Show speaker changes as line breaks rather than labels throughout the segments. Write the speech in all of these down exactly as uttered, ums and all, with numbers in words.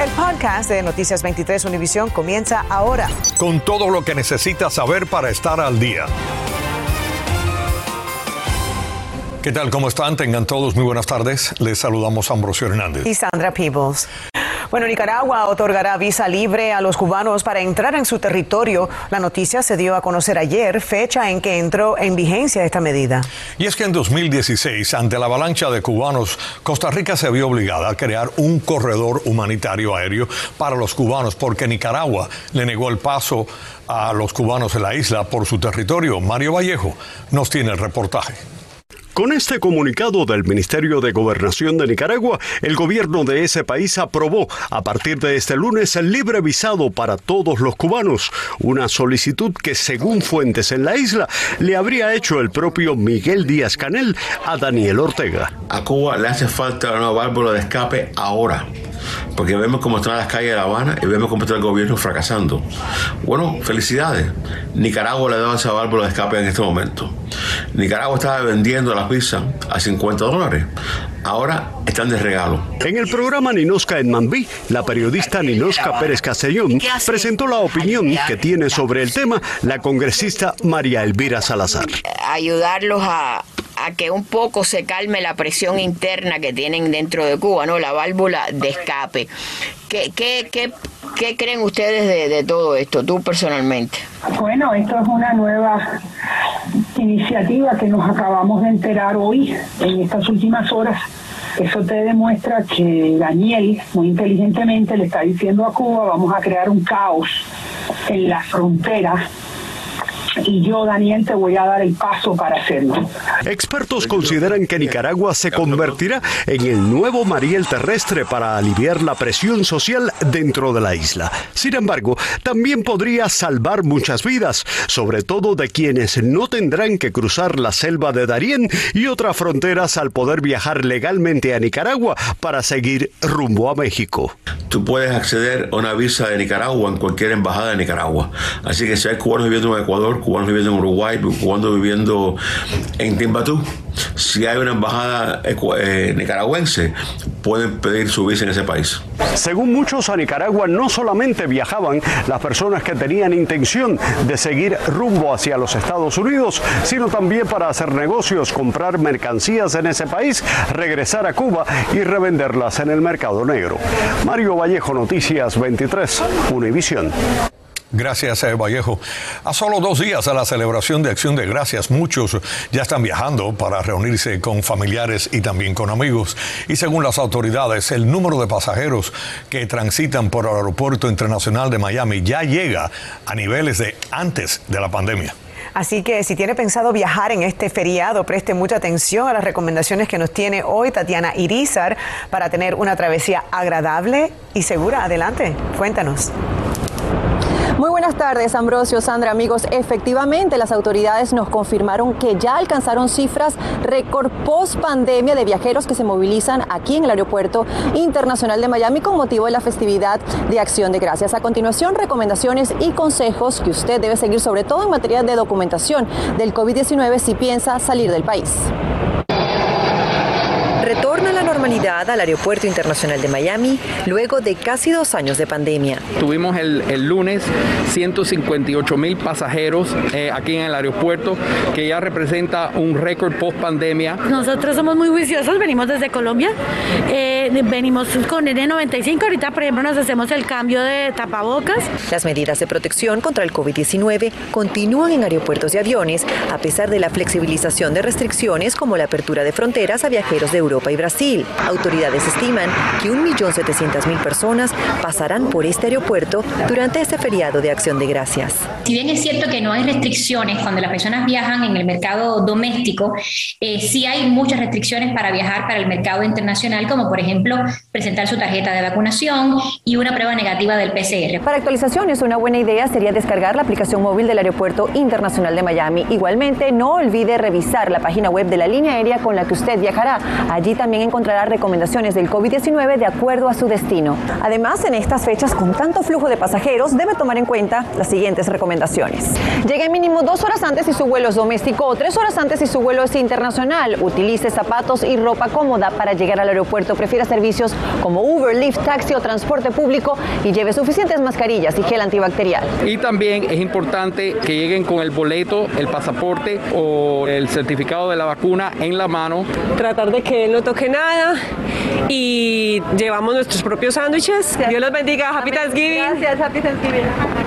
El podcast de Noticias veintitrés Univisión comienza ahora.
Con todo lo que necesitas saber para estar al día. ¿Qué tal? ¿Cómo están? Tengan todos muy buenas tardes. Les saludamos a Ambrosio Hernández.
Y Sandra Peebles. Bueno, Nicaragua otorgará visa libre a los cubanos para entrar en su territorio. La noticia se dio a conocer ayer, fecha en que entró en vigencia esta medida.
Y es que en dos mil dieciséis, ante la avalancha de cubanos, Costa Rica se vio obligada a crear un corredor humanitario aéreo para los cubanos porque Nicaragua le negó el paso a los cubanos en la isla por su territorio. Mario Vallejo nos tiene el reportaje.
Con este comunicado del Ministerio de Gobernación de Nicaragua, el gobierno de ese país aprobó a partir de este lunes el libre visado para todos los cubanos, una solicitud que según fuentes en la isla le habría hecho el propio Miguel Díaz-Canel a Daniel Ortega.
A Cuba le hace falta una válvula de escape ahora, porque vemos cómo están las calles de La Habana y vemos cómo está el gobierno fracasando. Bueno, felicidades. Nicaragua le ha dado esa válvula de escape en este momento. Nicaragua estaba vendiendo las pizzas a cincuenta dólares. Ahora están de regalo.
En el programa Ninosca en Mambí, la periodista Ninosca Pérez Castellón presentó la opinión que tiene sobre el tema la congresista María Elvira Salazar.
Ayudarlos a... a que un poco se calme la presión interna que tienen dentro de Cuba, ¿no? La válvula de escape. ¿Qué, qué, qué, qué creen ustedes de, de todo esto, tú personalmente?
Bueno, esto es una nueva iniciativa que nos acabamos de enterar hoy, en estas últimas horas. Eso te demuestra que Daniel, muy inteligentemente, le está diciendo a Cuba, vamos a crear un caos en la frontera. Y yo, Daniel, te voy a dar el paso para hacerlo.
Expertos consideran que Nicaragua se convertirá en el nuevo Mariel terrestre para aliviar la presión social dentro de la isla. Sin embargo, también podría salvar muchas vidas, sobre todo de quienes no tendrán que cruzar la selva de Darién y otras fronteras al poder viajar legalmente a Nicaragua para seguir rumbo a México.
Tú puedes acceder a una visa de Nicaragua en cualquier embajada de Nicaragua. Así que si hay cubanos viviendo en Ecuador, cubanos viviendo en Uruguay, cubanos viviendo en Timbuktu, si hay una embajada eh, nicaragüense, pueden pedir su visa en ese país.
Según muchos, a Nicaragua no solamente viajaban las personas que tenían intención de seguir rumbo hacia los Estados Unidos, sino también para hacer negocios, comprar mercancías en ese país, regresar a Cuba y revenderlas en el mercado negro. Mario Vallejo, Noticias veintitrés, Univisión.
Gracias, eh, Vallejo. A solo dos días de la celebración de Acción de Gracias, muchos ya están viajando para reunirse con familiares y también con amigos. Y según las autoridades, el número de pasajeros que transitan por el Aeropuerto Internacional de Miami ya llega a niveles de antes de la pandemia.
Así que si tiene pensado viajar en este feriado, preste mucha atención a las recomendaciones que nos tiene hoy Tatiana Irizar para tener una travesía agradable y segura. Adelante, cuéntanos.
Muy buenas tardes, Ambrosio, Sandra, amigos. Efectivamente, las autoridades nos confirmaron que ya alcanzaron cifras récord post pandemia de viajeros que se movilizan aquí en el Aeropuerto Internacional de Miami con motivo de la festividad de Acción de Gracias. A continuación, recomendaciones y consejos que usted debe seguir, sobre todo en materia de documentación del COVID diecinueve si piensa salir del país. Retorna la normalidad al Aeropuerto Internacional de Miami luego de casi dos años de pandemia.
Tuvimos el, el lunes ciento cincuenta y ocho mil pasajeros eh, aquí en el aeropuerto, que ya representa un récord post pandemia.
Nosotros somos muy juiciosos, venimos desde Colombia, eh, venimos con N noventa y cinco, ahorita por ejemplo nos hacemos el cambio de tapabocas.
Las medidas de protección contra el COVID diecinueve continúan en aeropuertos y aviones, a pesar de la flexibilización de restricciones como la apertura de fronteras a viajeros de Europa y Brasil. Autoridades estiman que un millón setecientas mil personas pasarán por este aeropuerto durante este feriado de Acción de Gracias.
Si bien es cierto que no hay restricciones cuando las personas viajan en el mercado doméstico, eh, sí hay muchas restricciones para viajar para el mercado internacional, como por ejemplo presentar su tarjeta de vacunación y una prueba negativa del P C R.
Para actualizaciones, una buena idea sería descargar la aplicación móvil del Aeropuerto Internacional de Miami. Igualmente, no olvide revisar la página web de la línea aérea con la que usted viajará. Allí también también encontrará recomendaciones del COVID diecinueve de acuerdo a su destino. Además, en estas fechas con tanto flujo de pasajeros, debe tomar en cuenta las siguientes recomendaciones. Llegue mínimo dos horas antes si su vuelo es doméstico o tres horas antes si su vuelo es internacional. Utilice zapatos y ropa cómoda para llegar al aeropuerto. Prefiera servicios como Uber, Lyft, taxi o transporte público y lleve suficientes mascarillas y gel antibacterial.
Y también es importante que lleguen con el boleto, el pasaporte o el certificado de la vacuna en la mano.
Tratar de que no toque nada y llevamos nuestros propios sándwiches. Dios los bendiga. Happy Thanksgiving.
Gracias, Happy Thanksgiving.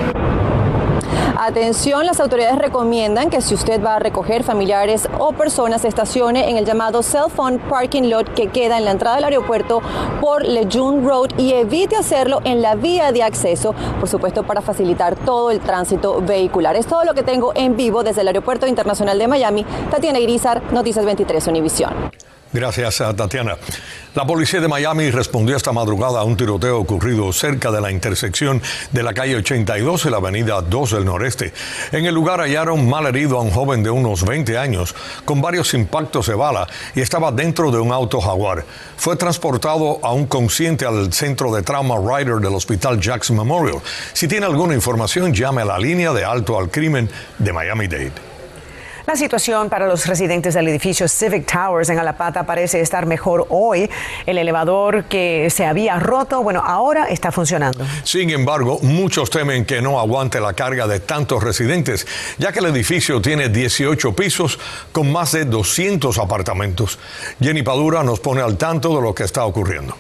Atención, las autoridades recomiendan que si usted va a recoger familiares o personas, se estacione en el llamado Cell Phone Parking Lot que queda en la entrada del aeropuerto por Lejeune Road y evite hacerlo en la vía de acceso, por supuesto para facilitar todo el tránsito vehicular. Es todo lo que tengo en vivo desde el Aeropuerto Internacional de Miami. Tatiana Irizar, Noticias veintitrés Univisión.
Gracias, Tatiana. La policía de Miami respondió esta madrugada a un tiroteo ocurrido cerca de la intersección de la calle ochenta y dos y la avenida dos del Noreste. En el lugar hallaron malherido a un joven de unos veinte años con varios impactos de bala y estaba dentro de un auto Jaguar. Fue transportado aún consciente al centro de trauma Ryder del Hospital Jackson Memorial. Si tiene alguna información, llame a la línea de alto al crimen de Miami-Dade.
La situación para los residentes del edificio Civic Towers en Alapata parece estar mejor hoy. El elevador que se había roto, bueno, ahora está funcionando.
Sin embargo, muchos temen que no aguante la carga de tantos residentes, ya que el edificio tiene dieciocho pisos con más de doscientos apartamentos. Jenny Padura nos pone al tanto de lo que está ocurriendo.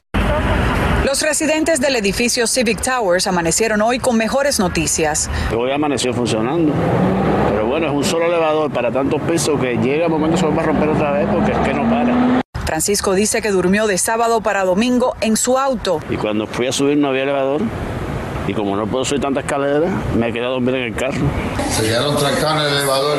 Los residentes del edificio Civic Towers amanecieron hoy con mejores noticias.
Hoy amaneció funcionando, pero bueno, es un solo elevador para tantos pisos que llega el momento se va a romper otra vez porque es que no para.
Francisco dice que durmió de sábado para domingo en su auto.
Y cuando fui a subir no había elevador. Y como no puedo subir tanta escalera, me quedé a dormir en el carro.
Se quedaron trancados en el elevador.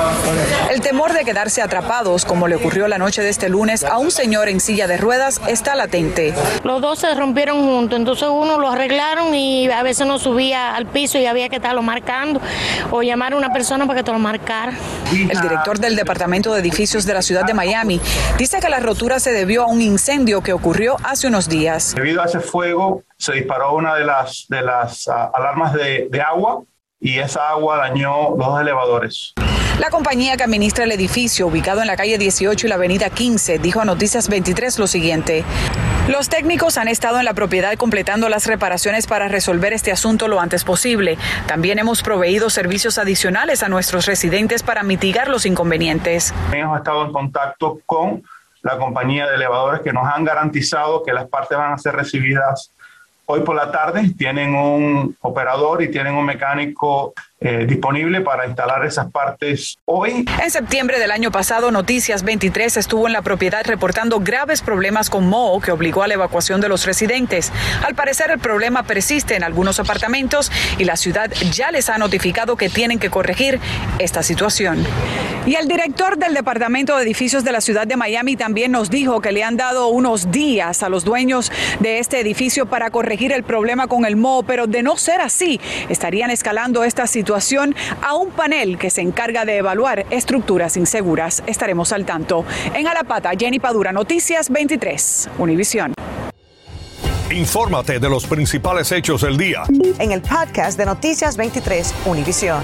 El temor de quedarse atrapados, como le ocurrió la noche de este lunes a un señor en silla de ruedas, está latente.
Los dos se rompieron juntos, entonces uno lo arreglaron y a veces no subía al piso y había que estarlo marcando o llamar a una persona para que te lo marcara.
El director del Departamento de Edificios de la ciudad de Miami dice que la rotura se debió a un incendio que ocurrió hace unos días.
Debido a ese fuego, se disparó una de las, de las uh, alarmas de, de agua y esa agua dañó los dos elevadores.
La compañía que administra el edificio, ubicado en la calle dieciocho y la avenida quince, dijo a Noticias veintitrés lo siguiente. Los técnicos han estado en la propiedad completando las reparaciones para resolver este asunto lo antes posible. También hemos proveído servicios adicionales a nuestros residentes para mitigar los inconvenientes.
Hemos estado en contacto con la compañía de elevadores que nos han garantizado que las partes van a ser recibidas hoy por la tarde. Tienen un operador y tienen un mecánico eh, disponible para instalar esas partes hoy.
En septiembre del año pasado, Noticias veintitrés estuvo en la propiedad reportando graves problemas con moho que obligó a la evacuación de los residentes. Al parecer, el problema persiste en algunos apartamentos y la ciudad ya les ha notificado que tienen que corregir esta situación. Y el director del Departamento de Edificios de la ciudad de Miami también nos dijo que le han dado unos días a los dueños de este edificio para corregir el problema con el moho, pero de no ser así, estarían escalando esta situación a un panel que se encarga de evaluar estructuras inseguras. Estaremos al tanto. En Alapata, Jenny Padura, Noticias veintitrés, Univisión.
Infórmate de los principales hechos del día
en el podcast de Noticias veintitrés Univisión.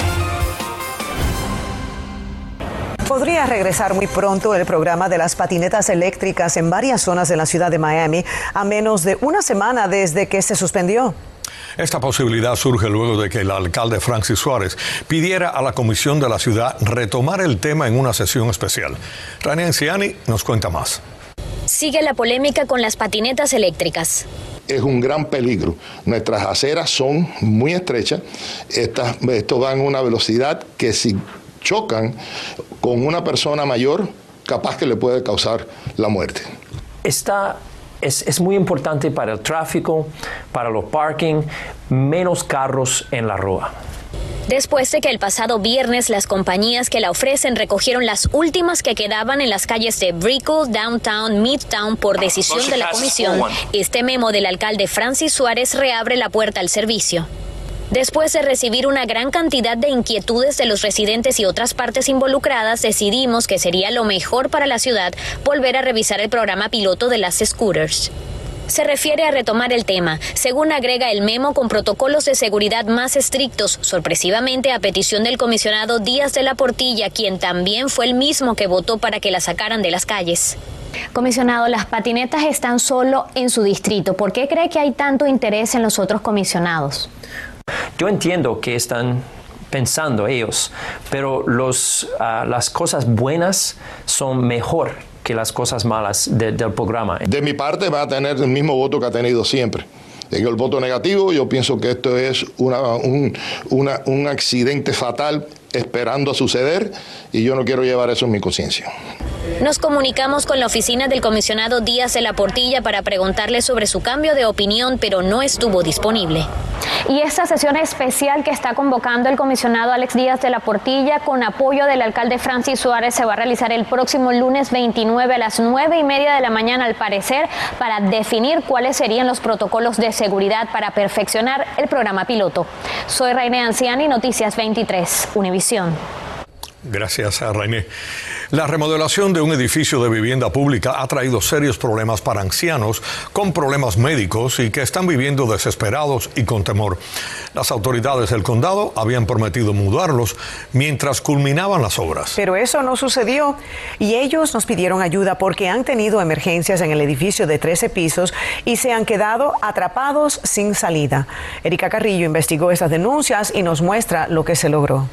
Podría regresar muy pronto el programa de las patinetas eléctricas en varias zonas de la ciudad de Miami, a menos de una semana desde que se suspendió.
Esta posibilidad surge luego de que el alcalde Francis Suárez pidiera a la comisión de la ciudad retomar el tema en una sesión especial. Rania Enciani nos cuenta más.
Sigue la polémica con las patinetas eléctricas.
Es un gran peligro. Nuestras aceras son muy estrechas. Estas, esto va en una velocidad que si chocan con una persona mayor, capaz que le puede causar la muerte.
Esta es, es muy importante para el tráfico, para los parking, menos carros en la rúa.
Después de que el pasado viernes las compañías que la ofrecen recogieron las últimas que quedaban en las calles de Brickell, Downtown, Midtown por decisión de la comisión, este memo del alcalde Francis Suárez reabre la puerta al servicio. Después de recibir una gran cantidad de inquietudes de los residentes y otras partes involucradas, decidimos que sería lo mejor para la ciudad volver a revisar el programa piloto de las scooters. Se refiere a retomar el tema, según agrega el memo, con protocolos de seguridad más estrictos, sorpresivamente a petición del comisionado Díaz de la Portilla, quien también fue el mismo que votó para que la sacaran de las calles.
Comisionado, las patinetas están solo en su distrito. ¿Por qué cree que hay tanto interés en los otros comisionados?
Yo entiendo que están pensando ellos, pero los, uh, las cosas buenas son mejor que las cosas malas de, del programa.
De mi parte va a tener el mismo voto que ha tenido siempre. En el voto negativo, yo pienso que esto es una, un, una, un accidente fatal esperando a suceder y yo no quiero llevar eso en mi conciencia.
Nos comunicamos con la oficina del comisionado Díaz de la Portilla para preguntarle sobre su cambio de opinión, pero no estuvo disponible.
Y esta sesión especial que está convocando el comisionado Alex Díaz de la Portilla con apoyo del alcalde Francis Suárez se va a realizar el próximo lunes veintinueve a las nueve y media de la mañana, al parecer, para definir cuáles serían los protocolos de seguridad para perfeccionar el programa piloto. Soy Rainé Anciani, Noticias veintitrés, Univisión.
Gracias a Rainé. La remodelación de un edificio de vivienda pública ha traído serios problemas para ancianos con problemas médicos y que están viviendo desesperados y con temor. Las autoridades del condado habían prometido mudarlos mientras culminaban las obras.
Pero eso no sucedió y ellos nos pidieron ayuda porque han tenido emergencias en el edificio de trece pisos y se han quedado atrapados sin salida. Erika Carrillo investigó estas denuncias y nos muestra lo que se logró.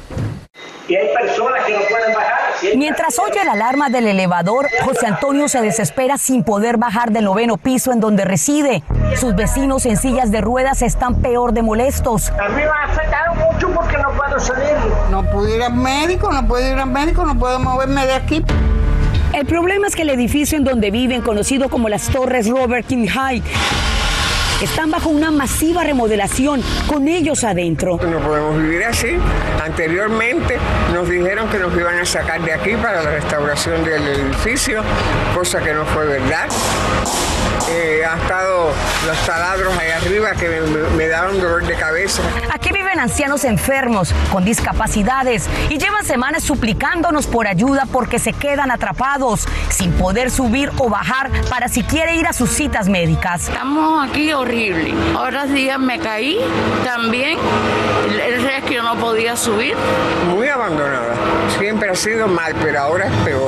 Y hay personas que no pueden bajar. Mientras oye la alarma del elevador, José Antonio se desespera sin poder bajar del noveno piso en donde reside. Sus vecinos en sillas de ruedas están peor de molestos.
A mí me ha afectado mucho porque no puedo salir. No puedo ir al médico, no puedo ir al médico, no puedo moverme de aquí.
El problema es que el edificio en donde viven, conocido como las Torres Robert King High, están bajo una masiva remodelación con ellos adentro.
No podemos vivir así. Anteriormente nos dijeron que nos iban a sacar de aquí para la restauración del edificio, cosa que no fue verdad. Eh, ha estado los taladros ahí arriba que me, me daban dolor de cabeza.
Aquí viven ancianos enfermos, con discapacidades, y llevan semanas suplicándonos por ayuda porque se quedan atrapados, sin poder subir o bajar para siquiera ir a sus citas médicas.
Estamos aquí horrible. Ahora días me caí también, el, el resquio no podía subir.
Muy abandonada, siempre ha sido mal, pero ahora es peor.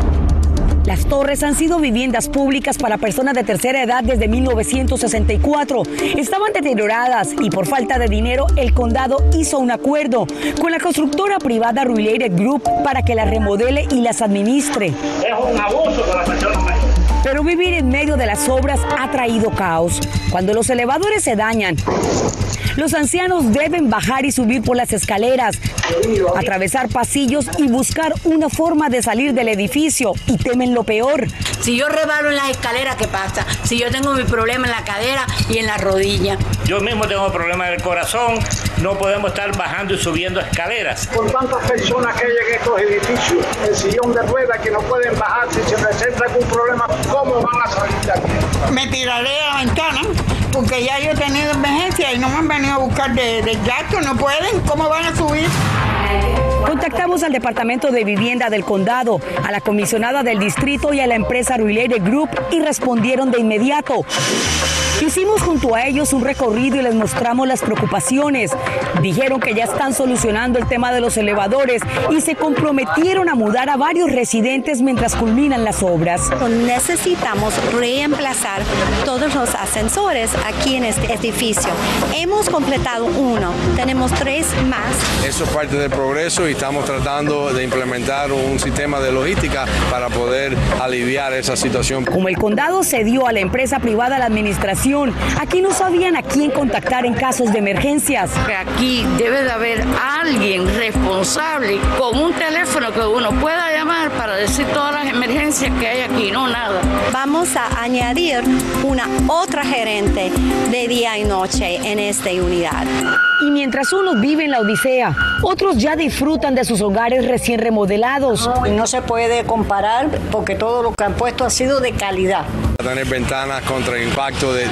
Las torres han sido viviendas públicas para personas de tercera edad desde mil novecientos sesenta y cuatro. Estaban deterioradas y por falta de dinero el condado hizo un acuerdo con la constructora privada Related Group para que las remodele y las administre.
Es un abuso de las personas mayores.
Pero vivir en medio de las obras ha traído caos. Cuando los elevadores se dañan, los ancianos deben bajar y subir por las escaleras, atravesar pasillos y buscar una forma de salir del edificio, y temen lo peor.
Si yo rebalo en las escaleras, ¿qué pasa? Si yo tengo mi problema en la cadera y en la rodilla.
Yo mismo tengo problemas del corazón, no podemos estar bajando y subiendo escaleras.
Por tantas personas que hay en estos edificios, el sillón de ruedas que no pueden bajar, si se presenta algún problema, ¿cómo van a salir de aquí?
Me tiraré a la ventana, porque ya yo he tenido emergencia y no me han venido a buscar de, de Jackson, no pueden, ¿cómo van a subir?
Contactamos al Departamento de Vivienda del Condado, a la comisionada del distrito y a la empresa Related Group y respondieron de inmediato. Hicimos junto a ellos un recorrido y les mostramos las preocupaciones. Dijeron que ya están solucionando el tema de los elevadores y se comprometieron a mudar a varios residentes mientras culminan las obras.
Necesitamos reemplazar todos los ascensores aquí en este edificio. Hemos completado uno, tenemos tres más.
Eso es parte del progreso y estamos tratando de implementar un sistema de logística para poder aliviar esa situación.
Como el condado cedió a la empresa privada la administración, aquí no sabían a quién contactar en casos de emergencias.
Aquí debe de haber alguien responsable con un teléfono que uno pueda llamar para decir todas las emergencias que hay aquí, no nada.
Vamos a añadir una otra gerente de día y noche en esta unidad.
Y mientras unos viven la odisea, otros ya disfrutan de sus hogares recién remodelados.
No, no se puede comparar porque todo lo que han puesto ha sido de calidad.
Tener ventanas contra el impacto de,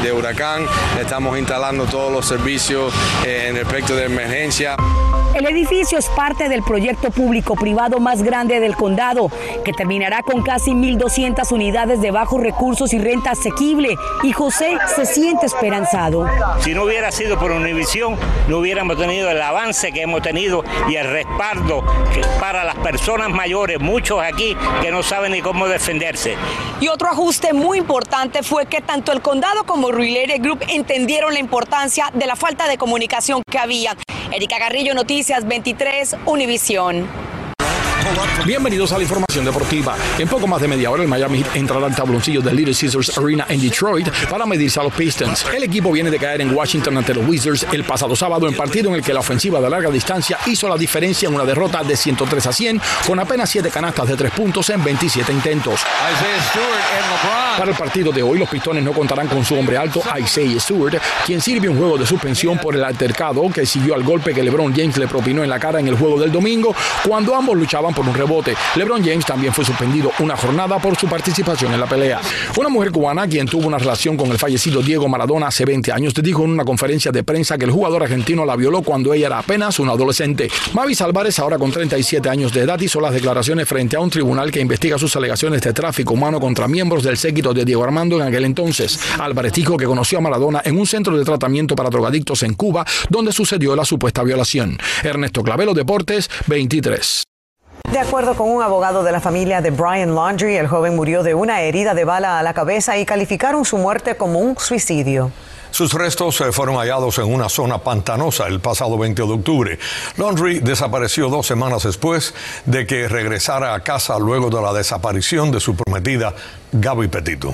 de huracán. Estamos instalando todos los servicios eh, en respecto de emergencia.
El edificio es parte del proyecto público-privado más grande del condado, que terminará con casi mil doscientas unidades de bajos recursos y renta asequible. Y José se siente esperanzado.
Si no hubiera sido por Univisión, no hubiéramos tenido el avance que hemos tenido y el respaldo que para las personas mayores, muchos aquí que no saben ni cómo defenderse.
Y otro ajuste muy importante fue que tanto el condado como Rural Area Group entendieron la importancia de la falta de comunicación que había. Erika Carrillo, Noticias veintitrés, Univisión.
Bienvenidos a la información deportiva. En poco más de media hora el Miami Heat entrará al tabloncillo del Little Caesars Arena en Detroit para medirse a los Pistons. El equipo viene de caer en Washington ante los Wizards el pasado sábado en partido en el que la ofensiva de larga distancia hizo la diferencia en una derrota de ciento tres a cien con apenas siete canastas de tres puntos en veintisiete intentos. Para el partido de hoy los Pistones no contarán con su hombre alto Isaiah Stewart, quien sirve un juego de suspensión por el altercado que siguió al golpe que LeBron James le propinó en la cara en el juego del domingo cuando ambos luchaban por un rebote. LeBron James también fue suspendido una jornada por su participación en la pelea. Una mujer cubana, quien tuvo una relación con el fallecido Diego Maradona hace veinte años, dijo en una conferencia de prensa que el jugador argentino la violó cuando ella era apenas una adolescente. Mavis Álvarez, ahora con treinta y siete años de edad, hizo las declaraciones frente a un tribunal que investiga sus alegaciones de tráfico humano contra miembros del séquito de Diego Armando en aquel entonces. Álvarez dijo que conoció a Maradona en un centro de tratamiento para drogadictos en Cuba, donde sucedió la supuesta violación. Ernesto Clavelo, Deportes veintitrés.
De acuerdo con un abogado de la familia de Brian Laundrie, el joven murió de una herida de bala a la cabeza y calificaron su muerte como un suicidio.
Sus restos fueron hallados en una zona pantanosa el pasado veinte de octubre. Laundrie desapareció dos semanas después de que regresara a casa luego de la desaparición de su prometida Gabby Petito.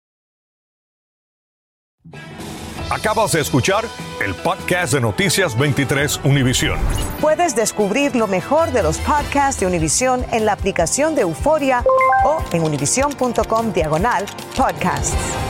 Acabas de escuchar el podcast de Noticias veintitrés Univisión.
Puedes descubrir lo mejor de los podcasts de Univisión en la aplicación de Euforia o en univision punto com diagonal podcasts.